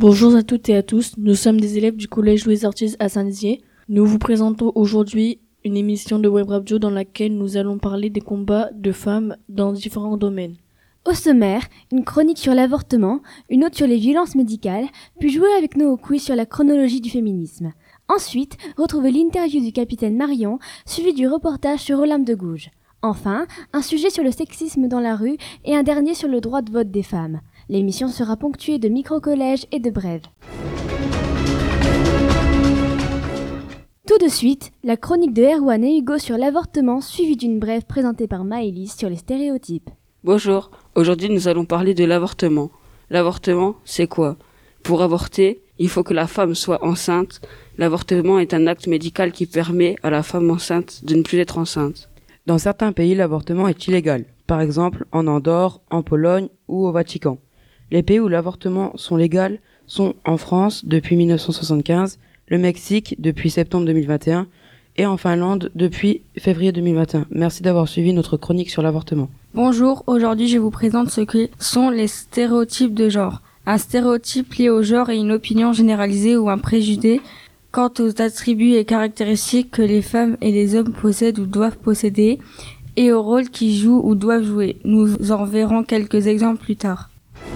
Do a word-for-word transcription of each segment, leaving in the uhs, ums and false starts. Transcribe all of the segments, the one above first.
Bonjour à toutes et à tous, nous sommes des élèves du collège Louis Ortiz à Saint-Dizier. Nous vous présentons aujourd'hui une émission de Web Radio dans laquelle nous allons parler des combats de femmes dans différents domaines. Au sommaire, une chronique sur l'avortement, une autre sur les violences médicales, puis jouer avec nous au quiz sur la chronologie du féminisme. Ensuite, retrouvez l'interview du capitaine Marion, suivi du reportage sur Olympe de Gouges. Enfin, un sujet sur le sexisme dans la rue et un dernier sur le droit de vote des femmes. L'émission sera ponctuée de micro-collèges et de brèves. Tout de suite, la chronique de Erwan et Hugo sur l'avortement, suivie d'une brève présentée par Maëlys sur les stéréotypes. Bonjour, aujourd'hui nous allons parler de l'avortement. L'avortement, c'est quoi ? Pour avorter, il faut que la femme soit enceinte. L'avortement est un acte médical qui permet à la femme enceinte de ne plus être enceinte. Dans certains pays, l'avortement est illégal, par exemple en Andorre, en Pologne ou au Vatican. Les pays où l'avortement sont légaux sont en France depuis dix-neuf cent soixante-quinze, le Mexique depuis septembre deux mille vingt et un et en Finlande depuis février deux mille vingt et un. Merci d'avoir suivi notre chronique sur l'avortement. Bonjour, aujourd'hui je vous présente ce que sont les stéréotypes de genre. Un stéréotype lié au genre est une opinion généralisée ou un préjugé quant aux attributs et caractéristiques que les femmes et les hommes possèdent ou doivent posséder et au rôle qu'ils jouent ou doivent jouer. Nous en verrons quelques exemples plus tard.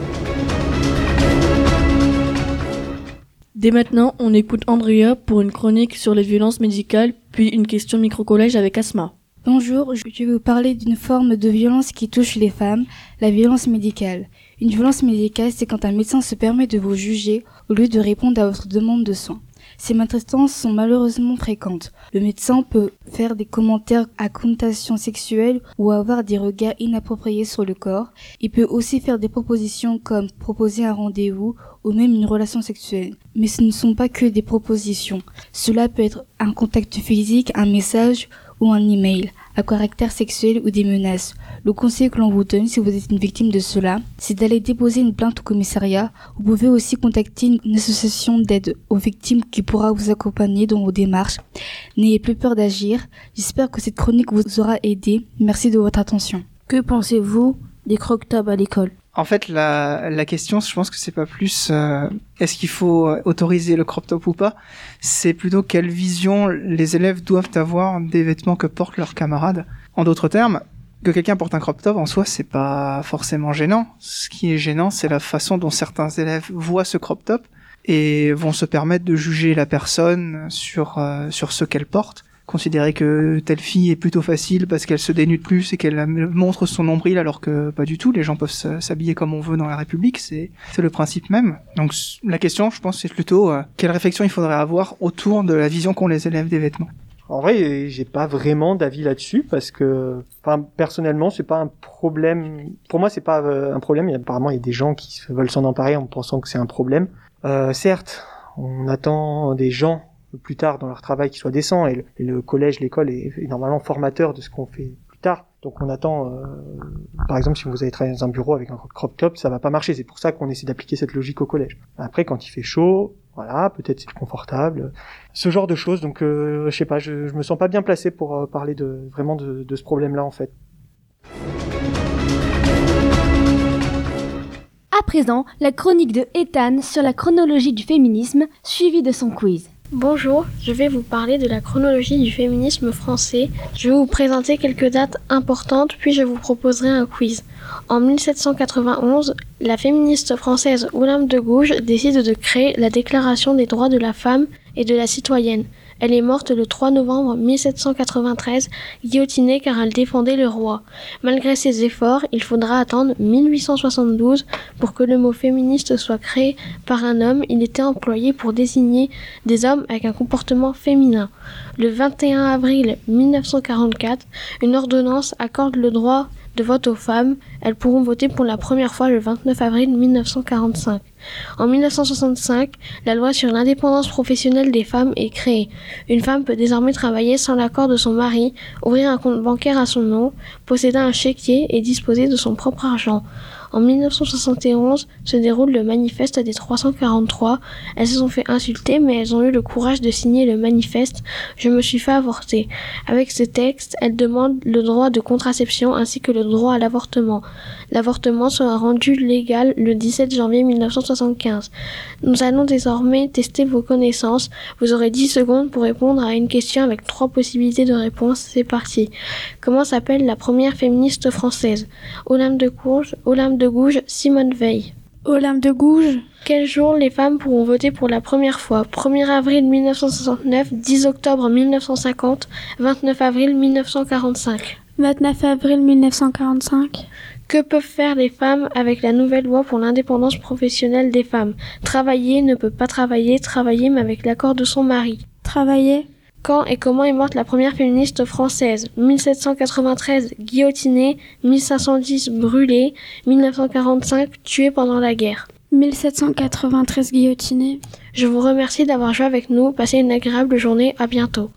Dès maintenant, on écoute Andrea pour une chronique sur les violences médicales, puis une question micro-collège avec Asma. Bonjour, je vais vous parler d'une forme de violence qui touche les femmes, la violence médicale. Une violence médicale, c'est quand un médecin se permet de vous juger au lieu de répondre à votre demande de soins. Ces maltraitances sont malheureusement fréquentes. Le médecin peut faire des commentaires à connotation sexuelle ou avoir des regards inappropriés sur le corps. Il peut aussi faire des propositions comme proposer un rendez-vous ou même une relation sexuelle. Mais ce ne sont pas que des propositions. Cela peut être un contact physique, un message ou un email à caractère sexuel ou des menaces. Le conseil que l'on vous donne si vous êtes une victime de cela, c'est d'aller déposer une plainte au commissariat. Vous pouvez aussi contacter une association d'aide aux victimes qui pourra vous accompagner dans vos démarches. N'ayez plus peur d'agir. J'espère que cette chronique vous aura aidé. Merci de votre attention. Que pensez-vous des croque-tables à l'école ? En fait, la, la question, je pense que c'est pas plus euh, est-ce qu'il faut autoriser le crop top ou pas, c'est plutôt quelle vision les élèves doivent avoir des vêtements que portent leurs camarades. En d'autres termes, que quelqu'un porte un crop top, en soi, c'est pas forcément gênant. Ce qui est gênant, c'est la façon dont certains élèves voient ce crop top et vont se permettre de juger la personne sur euh, sur ce qu'elle porte. Considérer que telle fille est plutôt facile parce qu'elle se dénude plus et qu'elle montre son nombril alors que pas du tout, les gens peuvent s'habiller comme on veut dans la République, c'est c'est le principe même. Donc la question, je pense, c'est plutôt euh, quelle réflexion il faudrait avoir autour de la vision qu'ont les élèves des vêtements. En vrai, j'ai pas vraiment d'avis là-dessus parce que, enfin, personnellement, c'est pas un problème. Pour moi, c'est pas euh, un problème. Il y a, apparemment, il y a des gens qui veulent s'en emparer en pensant que c'est un problème. Euh, certes, on attend des gens plus tard dans leur travail qui soit décent et le, et le collège, l'école est, est normalement formateur de ce qu'on fait plus tard. Donc on attend, euh, par exemple, si vous avez travaillé dans un bureau avec un crop top, ça va pas marcher. C'est pour ça qu'on essaie d'appliquer cette logique au collège. Après, quand il fait chaud, voilà, peut-être c'est confortable, ce genre de choses. Donc euh, je sais pas, je, je me sens pas bien placé pour euh, parler de vraiment de, de ce problème-là en fait. À présent, la chronique de Ethan sur la chronologie du féminisme, suivie de son quiz. Bonjour, je vais vous parler de la chronologie du féminisme français. Je vais vous présenter quelques dates importantes, puis je vous proposerai un quiz. En mille sept cent quatre-vingt-onze, la féministe française Olympe de Gouges décide de créer la Déclaration des droits de la femme et de la citoyenne. Elle est morte le trois novembre mille sept cent quatre-vingt-treize, guillotinée car elle défendait le roi. Malgré ses efforts, il faudra attendre mille huit cent soixante-douze pour que le mot féministe soit créé par un homme. Il était employé pour désigner des hommes avec un comportement féminin. Le vingt et un avril mille neuf cent quarante-quatre, une ordonnance accorde le droit de vote aux femmes. Elles pourront voter pour la première fois le vingt-neuf avril mille neuf cent quarante-cinq. En mille neuf cent soixante-cinq, la loi sur l'indépendance professionnelle des femmes est créée. Une femme peut désormais travailler sans l'accord de son mari, ouvrir un compte bancaire à son nom, posséder un chéquier et disposer de son propre argent. En mille neuf cent soixante et onze se déroule le manifeste des trois cent quarante-trois. Elles se sont fait insulter, mais elles ont eu le courage de signer le manifeste « Je me suis fait avorter ». Avec ce texte, elles demandent le droit de contraception ainsi que le droit à l'avortement. L'avortement sera rendu légal le dix-sept janvier mille neuf cent soixante-quinze. Nous allons désormais tester vos connaissances. Vous aurez dix secondes pour répondre à une question avec trois possibilités de réponse. C'est parti. Comment s'appelle la première féministe française? Olympe de Gouges, Olympe de Gouges, Simone Veil. Olympe de Gouges. Quel jour les femmes pourront voter pour la première fois? premier avril mille neuf cent soixante-neuf, dix octobre mille neuf cent cinquante, vingt-neuf avril mille neuf cent quarante-cinq. vingt-neuf avril mille neuf cent quarante-cinq. Que peuvent faire les femmes avec la nouvelle loi pour l'indépendance professionnelle des femmes? Travailler, ne peut pas travailler, travailler mais avec l'accord de son mari. Travailler. Quand et comment est morte la première féministe française? mille sept cent quatre-vingt-treize, guillotinée, mille cinq cent dix, brûlée, mille neuf cent quarante-cinq, tuée pendant la guerre. mille sept cent quatre-vingt-treize, guillotinée. Je vous remercie d'avoir joué avec nous, passez une agréable journée, à bientôt.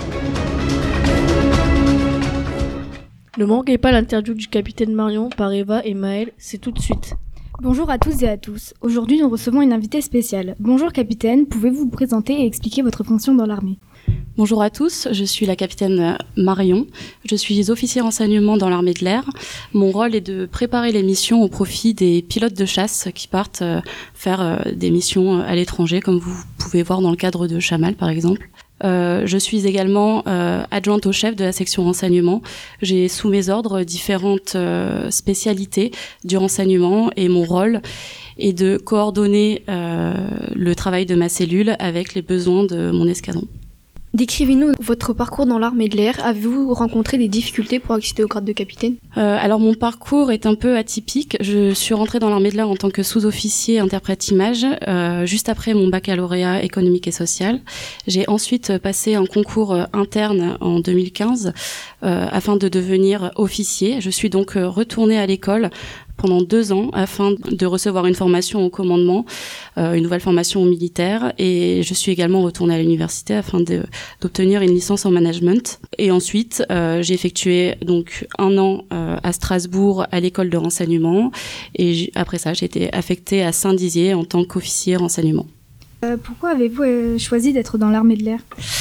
Ne manquez pas l'interview du capitaine Marion par Eva et Maël, c'est tout de suite. Bonjour à tous et à tous. Aujourd'hui, nous recevons une invitée spéciale. Bonjour capitaine, pouvez-vous vous présenter et expliquer votre fonction dans l'armée? Bonjour à tous, je suis la capitaine Marion. Je suis officier renseignement dans l'armée de l'air. Mon rôle est de préparer les missions au profit des pilotes de chasse qui partent faire des missions à l'étranger, comme vous pouvez voir dans le cadre de Chamal par exemple. Euh, je suis également euh, adjointe au chef de la section renseignement. J'ai sous mes ordres différentes euh, spécialités du renseignement et mon rôle est de coordonner euh, le travail de ma cellule avec les besoins de mon escadron. Décrivez-nous votre parcours dans l'armée de l'air. Avez-vous rencontré des difficultés pour accéder au grade de capitaine? euh, Alors mon parcours est un peu atypique. Je suis rentrée dans l'armée de l'air en tant que sous-officier interprète image, euh, juste après mon baccalauréat économique et social. J'ai ensuite passé un concours interne en deux mille quinze euh, afin de devenir officier. Je suis donc retournée à l'école pendant deux ans afin de recevoir une formation au commandement, euh, une nouvelle formation au militaire, et je suis également retournée à l'université afin de, d'obtenir une licence en management. Et ensuite, euh, j'ai effectué donc un an euh, à Strasbourg à l'école de renseignement, et j- après ça, j'ai été affectée à Saint-Dizier en tant qu'officier renseignement. Euh, pourquoi avez-vous euh, choisi d'être dans l'armée de l'air ?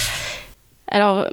Alors,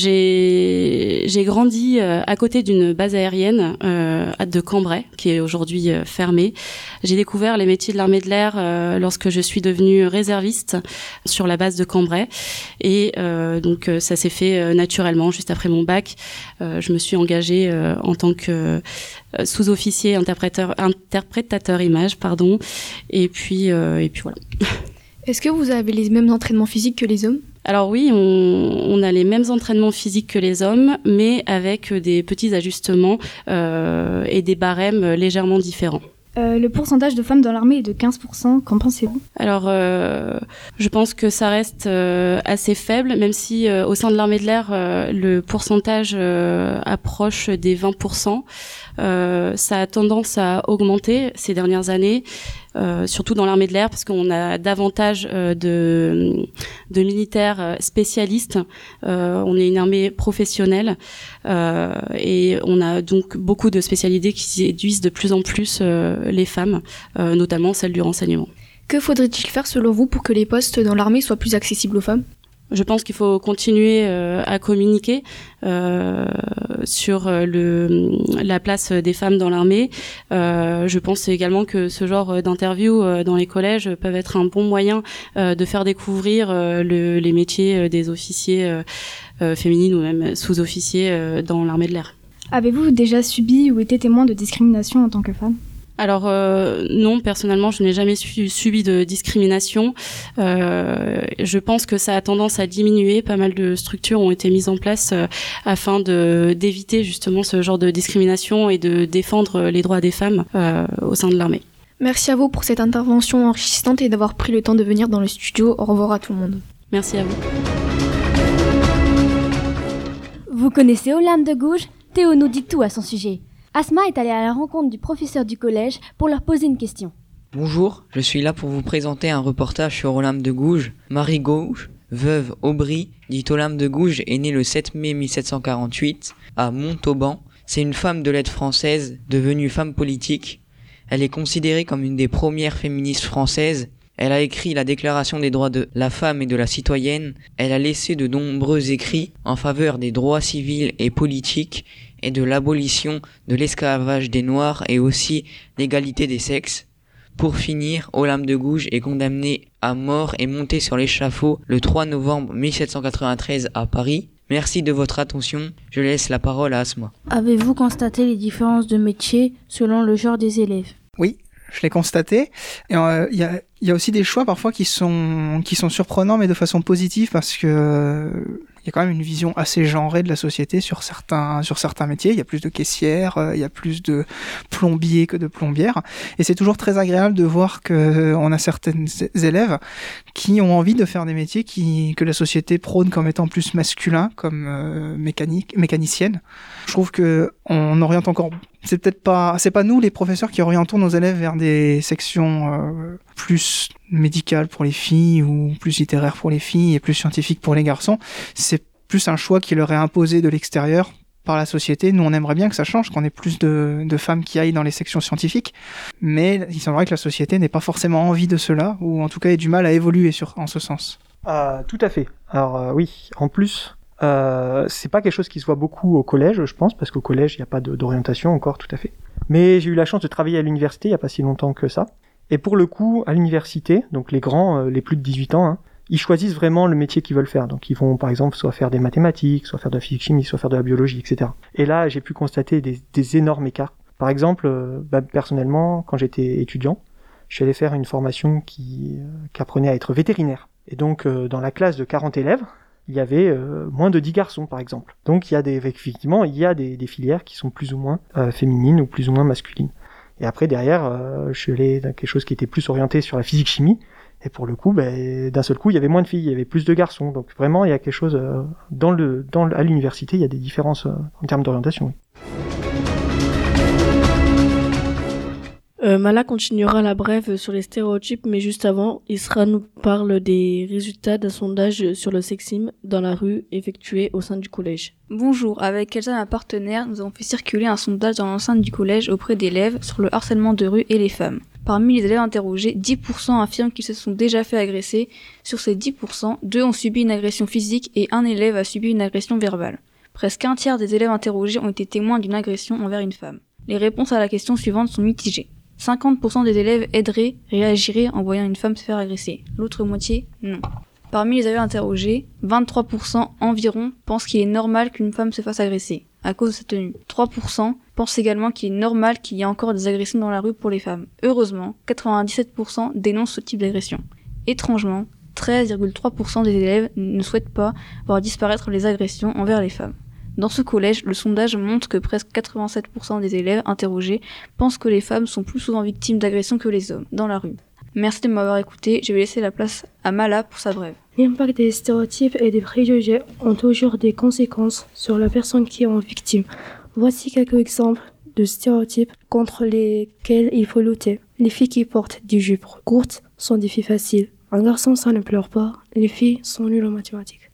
j'ai, j'ai grandi euh, à côté d'une base aérienne euh, de Cambrai, qui est aujourd'hui euh, fermée. J'ai découvert les métiers de l'armée de l'air euh, lorsque je suis devenue réserviste sur la base de Cambrai. Et euh, donc, ça s'est fait euh, naturellement, juste après mon bac. Euh, je me suis engagée euh, en tant que euh, sous-officier interprétateur, interprétateur image, pardon. Et puis, euh, et puis voilà. Est-ce que vous avez les mêmes entraînements physiques que les hommes ? Alors oui, on, on a les mêmes entraînements physiques que les hommes, mais avec des petits ajustements euh, et des barèmes légèrement différents. Euh, le pourcentage de femmes dans l'armée est de quinze pour cent, qu'en pensez-vous ? Alors, euh, je pense que ça reste euh, assez faible, même si euh, au sein de l'armée de l'air, euh, le pourcentage euh, approche des vingt pour cent. Euh, ça a tendance à augmenter ces dernières années, euh, surtout dans l'armée de l'air, parce qu'on a davantage euh, de, de militaires spécialistes. Euh, on est une armée professionnelle euh, et on a donc beaucoup de spécialités qui séduisent de plus en plus euh, les femmes, euh, notamment celles du renseignement. Que faudrait-il faire selon vous pour que les postes dans l'armée soient plus accessibles aux femmes ? Je pense qu'il faut continuer euh, à communiquer euh, sur le, la place des femmes dans l'armée. Euh, je pense également que ce genre d'interviews euh, dans les collèges peuvent être un bon moyen euh, de faire découvrir euh, le, les métiers des officiers euh, euh, féminines ou même sous-officiers euh, dans l'armée de l'air. Avez-vous déjà subi ou été témoin de discrimination en tant que femme ? Alors euh, non, personnellement, je n'ai jamais su, subi de discrimination. Euh, je pense que ça a tendance à diminuer. Pas mal de structures ont été mises en place euh, afin de d'éviter justement ce genre de discrimination et de défendre les droits des femmes euh, au sein de l'armée. Merci à vous pour cette intervention enrichissante et d'avoir pris le temps de venir dans le studio. Au revoir à tout le monde. Merci à vous. Vous connaissez Olympe de Gouges ? Théo nous dit tout à son sujet. Asma est allée à la rencontre du professeur du collège pour leur poser une question. Bonjour, je suis là pour vous présenter un reportage sur Olympe de Gouges. Marie Gouges, veuve Aubry, dite Olympe de Gouges, est née le sept mai mille sept cent quarante-huit à Montauban. C'est une femme de lettres française, devenue femme politique. Elle est considérée comme une des premières féministes françaises. Elle a écrit la Déclaration des droits de la femme et de la citoyenne. Elle a laissé de nombreux écrits en faveur des droits civils et politiques et de l'abolition de l'esclavage des Noirs et aussi l'égalité des sexes. Pour finir, Olympe de Gouges est condamnée à mort et montée sur l'échafaud le trois novembre mille sept cent quatre-vingt-treize à Paris. Merci de votre attention. Je laisse la parole à Asma. Avez-vous constaté les différences de métiers selon le genre des élèves? Oui, je l'ai constaté. Et il euh, y, a, y a aussi des choix parfois qui sont qui sont surprenants, mais de façon positive, parce que euh, il y a quand même une vision assez genrée de la société sur certains sur certains métiers. Il y a plus de caissières, euh, il y a plus de plombiers que de plombières, et c'est toujours très agréable de voir que euh, on a certaines élèves qui ont envie de faire des métiers qui que la société prône comme étant plus masculins, comme euh, mécanique mécanicienne. Je trouve que on oriente encore. C'est peut-être pas, c'est pas nous les professeurs qui orientons nos élèves vers des sections euh, plus médicales pour les filles ou plus littéraires pour les filles et plus scientifiques pour les garçons. C'est plus un choix qui leur est imposé de l'extérieur par la société. Nous, on aimerait bien que ça change, qu'on ait plus de, de femmes qui aillent dans les sections scientifiques, mais il semblerait que la société n'ait pas forcément envie de cela, ou en tout cas ait du mal à évoluer sur, en ce sens. Euh, tout à fait. Alors euh, oui, en plus... Euh, c'est pas quelque chose qui se voit beaucoup au collège, je pense, parce qu'au collège, il n'y a pas de, d'orientation encore, tout à fait. Mais j'ai eu la chance de travailler à l'université il n'y a pas si longtemps que ça. Et pour le coup, à l'université, donc les grands, euh, les plus de dix-huit ans, hein, ils choisissent vraiment le métier qu'ils veulent faire. Donc ils vont, par exemple, soit faire des mathématiques, soit faire de la physique-chimie, soit faire de la biologie, et cetera. Et là, j'ai pu constater des, des énormes écarts. Par exemple, euh, bah, personnellement, quand j'étais étudiant, je suis allé faire une formation qui, euh, qui apprenait à être vétérinaire. Et donc, euh, dans la classe de quarante élèves, il y avait euh, moins de dix garçons, par exemple. Donc il y a des, effectivement, il y a des, des filières qui sont plus ou moins euh, féminines ou plus ou moins masculines. Et après, derrière, euh, je suis allé dans quelque chose qui était plus orienté sur la physique-chimie. Et pour le coup, ben, d'un seul coup, il y avait moins de filles, il y avait plus de garçons. Donc vraiment, il y a quelque chose euh, dans le, dans le, à l'université, il y a des différences euh, en termes d'orientation. Oui. Euh, Mala continuera la brève sur les stéréotypes, mais juste avant, Isra nous parle des résultats d'un sondage sur le sexisme dans la rue effectué au sein du collège. Bonjour, avec Elsa, ma partenaire, nous avons fait circuler un sondage dans l'enceinte du collège auprès d'élèves sur le harcèlement de rue et les femmes. Parmi les élèves interrogés, dix pour cent affirment qu'ils se sont déjà fait agresser. Sur ces dix pour cent, deux ont subi une agression physique et un élève a subi une agression verbale. Presque un tiers des élèves interrogés ont été témoins d'une agression envers une femme. Les réponses à la question suivante sont mitigées. cinquante pour cent des élèves aideraient, réagiraient en voyant une femme se faire agresser. L'autre moitié, non. Parmi les élèves interrogés, vingt-trois pour cent environ pensent qu'il est normal qu'une femme se fasse agresser, à cause de sa tenue. trois pour cent pensent également qu'il est normal qu'il y ait encore des agressions dans la rue pour les femmes. Heureusement, quatre-vingt-dix-sept pour cent dénoncent ce type d'agression. Étrangement, treize virgule trois pour cent des élèves ne souhaitent pas voir disparaître les agressions envers les femmes. Dans ce collège, le sondage montre que presque quatre-vingt-sept pour cent des élèves interrogés pensent que les femmes sont plus souvent victimes d'agressions que les hommes, dans la rue. Merci de m'avoir écouté, je vais laisser la place à Mala pour sa brève. L'impact des stéréotypes et des préjugés ont toujours des conséquences sur la personne qui est en victime. Voici quelques exemples de stéréotypes contre lesquels il faut lutter. Les filles qui portent des jupes courtes sont des filles faciles. Un garçon, ça ne pleure pas. Les filles sont nulles en mathématiques.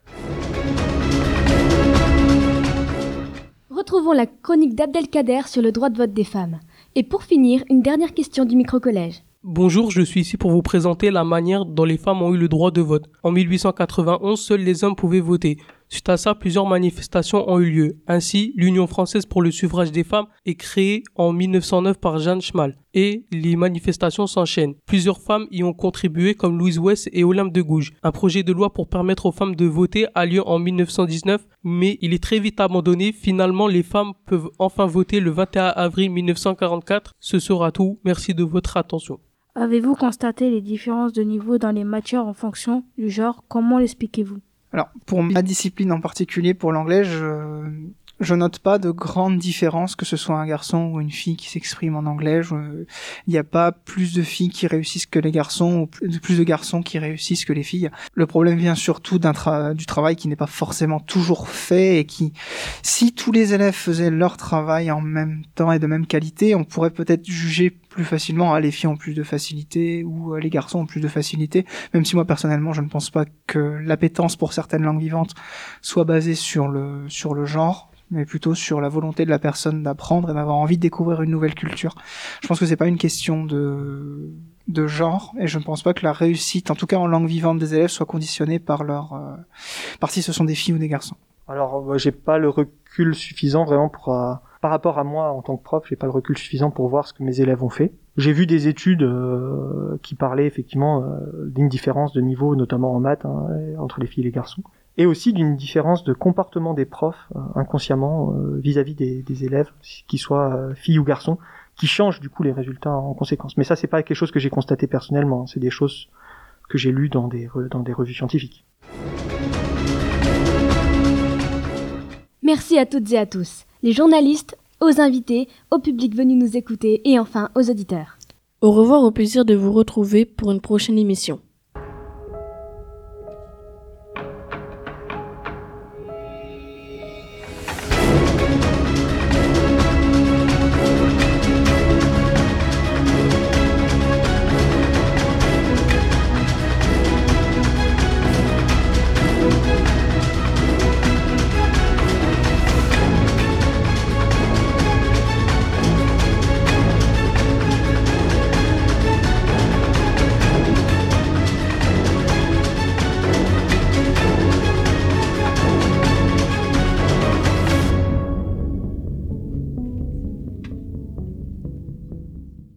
Retrouvons la chronique d'Abdelkader sur le droit de vote des femmes. Et pour finir, une dernière question du micro-collège. Bonjour, je suis ici pour vous présenter la manière dont les femmes ont eu le droit de vote. En mille huit cent quatre-vingt-onze, seuls les hommes pouvaient voter. Suite à ça, plusieurs manifestations ont eu lieu. Ainsi, l'Union française pour le suffrage des femmes est créée en mille neuf cent neuf par Jeanne Schmal. Et les manifestations s'enchaînent. Plusieurs femmes y ont contribué comme Louise Weiss et Olympe de Gouges. Un projet de loi pour permettre aux femmes de voter a lieu en mille neuf cent dix-neuf, mais il est très vite abandonné. Finalement, les femmes peuvent enfin voter le vingt et un avril mille neuf cent quarante-quatre. Ce sera tout. Merci de votre attention. Avez-vous constaté les différences de niveau dans les matières en fonction du genre? Comment l'expliquez-vous? Alors, pour ma discipline en particulier, pour l'anglais, je, je note pas de grandes différences, que ce soit un garçon ou une fille qui s'exprime en anglais. Il n'y a pas plus de filles qui réussissent que les garçons, ou plus de garçons qui réussissent que les filles. Le problème vient surtout d'un tra- du travail qui n'est pas forcément toujours fait, et qui, si tous les élèves faisaient leur travail en même temps et de même qualité, on pourrait peut-être juger plus facilement, ah, les filles ont plus de facilité ou euh, les garçons ont plus de facilité, même si moi personnellement je ne pense pas que l'appétence pour certaines langues vivantes soit basée sur le sur le genre. mais plutôt sur la volonté de la personne d'apprendre et d'avoir envie de découvrir une nouvelle culture. Je pense que c'est pas une question de de genre, et je ne pense pas que la réussite, en tout cas en langue vivante des élèves, soit conditionnée par leur euh, par si ce sont des filles ou des garçons. Alors, moi, j'ai pas le recul suffisant vraiment pour euh, par rapport à moi en tant que prof, j'ai pas le recul suffisant pour voir ce que mes élèves ont fait. J'ai vu des études euh, qui parlaient effectivement euh, d'une différence de niveau, notamment en maths, hein, entre les filles et les garçons, et aussi d'une différence de comportement des profs euh, inconsciemment euh, vis-à-vis des, des élèves, qu'ils soient euh, filles ou garçons, qui changent du coup les résultats en conséquence. Mais ça, c'est pas quelque chose que j'ai constaté personnellement, hein, c'est des choses que j'ai lues dans des dans des revues scientifiques. Merci à toutes et à tous, les journalistes, aux invités, au public venu nous écouter et enfin aux auditeurs. Au revoir, au plaisir de vous retrouver pour une prochaine émission.